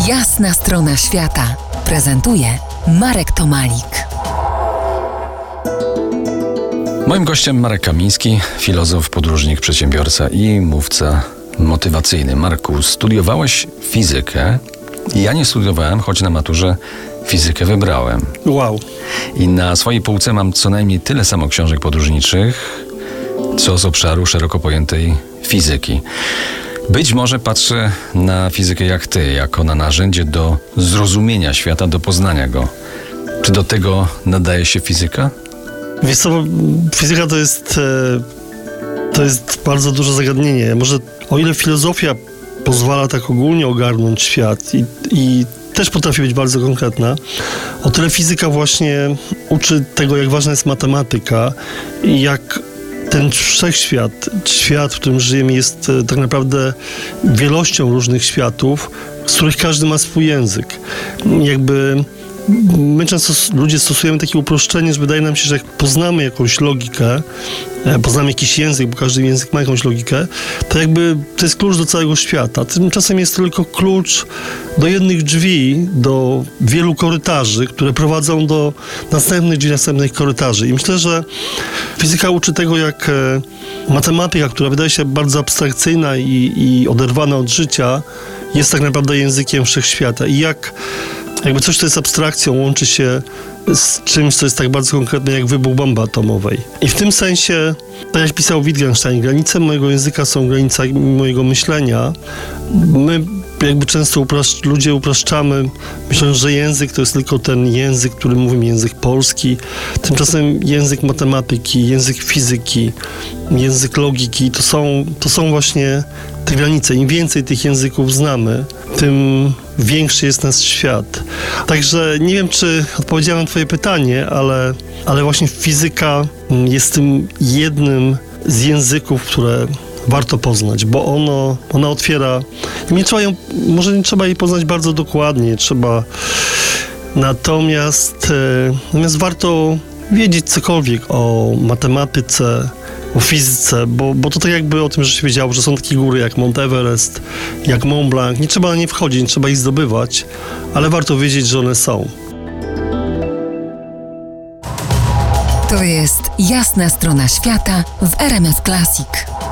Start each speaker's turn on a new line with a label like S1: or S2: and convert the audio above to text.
S1: Jasna strona świata prezentuje Marek Tomalik.
S2: Moim gościem Marek Kamiński, filozof, podróżnik, przedsiębiorca i mówca motywacyjny. Marku, studiowałeś fizykę. Ja nie studiowałem, choć na maturze fizykę wybrałem.
S3: Wow.
S2: I na swojej półce mam co najmniej tyle samo książek podróżniczych, co z obszaru szeroko pojętej fizyki. Być może patrzę na fizykę jak ty, jako na narzędzie do zrozumienia świata, do poznania go. Czy do tego nadaje się fizyka?
S3: Wiesz co, fizyka to jest bardzo duże zagadnienie. Może o ile filozofia pozwala tak ogólnie ogarnąć świat i też potrafi być bardzo konkretna, o tyle fizyka właśnie uczy tego, jak ważna jest matematyka i jak ten wszechświat, świat, w którym żyjemy, jest tak naprawdę wielością różnych światów, z których każdy ma swój język. My często ludzie stosujemy takie uproszczenie, że wydaje nam się, że jak poznamy jakąś logikę, poznamy jakiś język, bo każdy język ma jakąś logikę, to to jest klucz do całego świata. Tymczasem jest to tylko klucz do jednych drzwi, do wielu korytarzy, które prowadzą do następnych drzwi, następnych korytarzy. I myślę, że fizyka uczy tego, jak matematyka, która wydaje się bardzo abstrakcyjna i oderwana od życia, jest tak naprawdę językiem wszechświata. I jakby coś, co jest abstrakcją, łączy się z czymś, co jest tak bardzo konkretne, jak wybuch bomby atomowej. I w tym sensie, tak jak pisał Wittgenstein, granice mojego języka są granicami mojego myślenia. My jakby często ludzie upraszczamy, myśląc, że język to jest tylko ten język, który mówimy, język polski. Tymczasem język matematyki, język fizyki, język logiki, to są właśnie te granice. Im więcej tych języków znamy, tym większy jest nasz świat. Także nie wiem, czy odpowiedziałem na twoje pytanie, ale właśnie fizyka jest tym jednym z języków, które warto poznać, bo ona otwiera. Może nie trzeba jej poznać bardzo dokładnie, natomiast warto wiedzieć cokolwiek o matematyce, o fizyce, bo to tak jakby o tym, że się wiedziało, że są takie góry jak Mount Everest, jak Mont Blanc. Nie trzeba na nie wchodzić, nie trzeba ich zdobywać, ale warto wiedzieć, że one są.
S1: To jest Jasna strona świata w RMF Classic.